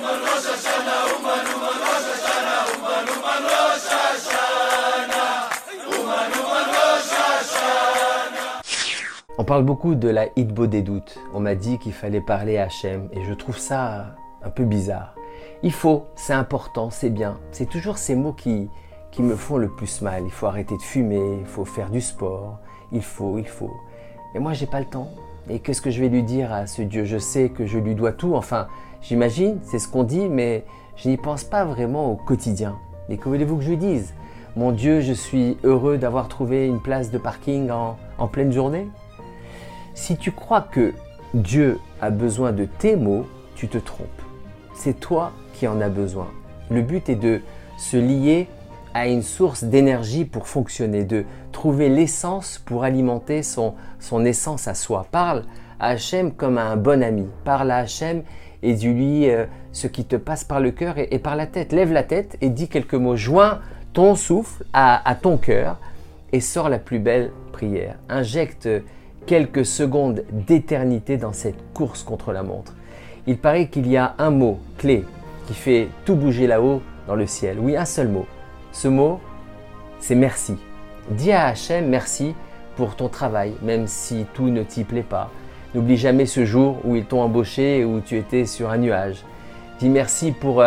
On parle beaucoup de la Hitbo des doutes. On m'a dit qu'il fallait parler à Hachem et je trouve ça un peu bizarre. Il faut, c'est important, c'est bien. C'est toujours ces mots qui me font le plus mal. Il faut arrêter de fumer, il faut faire du sport, il faut. Mais moi, j'ai pas le temps. Et qu'est-ce que je vais lui dire à ce Dieu? Je sais que je lui dois tout. Enfin, j'imagine, c'est ce qu'on dit, mais je n'y pense pas vraiment au quotidien. Et que voulez-vous que je lui dise? Mon Dieu, je suis heureux d'avoir trouvé une place de parking en pleine journée. Si tu crois que Dieu a besoin de tes mots, tu te trompes. C'est toi qui en as besoin. Le but est de se lier à une source d'énergie pour fonctionner, de trouver l'essence pour alimenter son essence à soi. Parle à Hachem comme à un bon ami. Parle à Hachem et dis-lui ce qui te passe par le cœur et par la tête. Lève la tête et dis quelques mots. Joins ton souffle à ton cœur et sors la plus belle prière. Injecte quelques secondes d'éternité dans cette course contre la montre. Il paraît qu'il y a un mot clé qui fait tout bouger là-haut dans le ciel. Oui, un seul mot. Ce mot, c'est merci. Dis à Hachem merci pour ton travail, même si tout ne t'y plaît pas. N'oublie jamais ce jour où ils t'ont embauché et où tu étais sur un nuage. Dis merci pour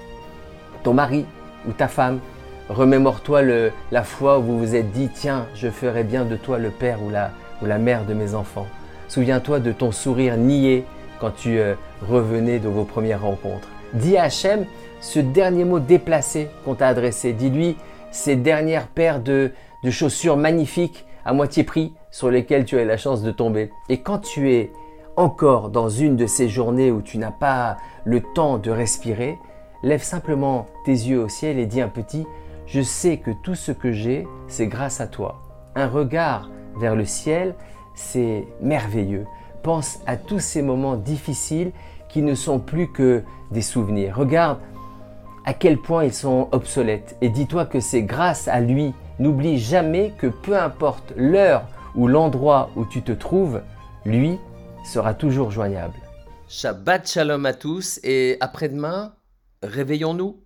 ton mari ou ta femme. Remémore-toi la fois où vous vous êtes dit « Tiens, je ferai bien de toi le père ou la mère de mes enfants. » Souviens-toi de ton sourire niais quand tu revenais de vos premières rencontres. Dis à Hachem ce dernier mot déplacé qu'on t'a adressé. Dis-lui ces dernières paires de chaussures magnifiques à moitié prix sur lesquelles tu as eu la chance de tomber. Et quand tu es encore dans une de ces journées où tu n'as pas le temps de respirer, lève simplement tes yeux au ciel et dis un petit « Je sais que tout ce que j'ai, c'est grâce à toi. » Un regard vers le ciel, c'est merveilleux. Pense à tous ces moments difficiles qui ne sont plus que des souvenirs. Regarde à quel point ils sont obsolètes et dis-toi que c'est grâce à lui. N'oublie jamais que peu importe l'heure ou l'endroit où tu te trouves, lui sera toujours joignable. Shabbat shalom à tous et après-demain, réveillons-nous.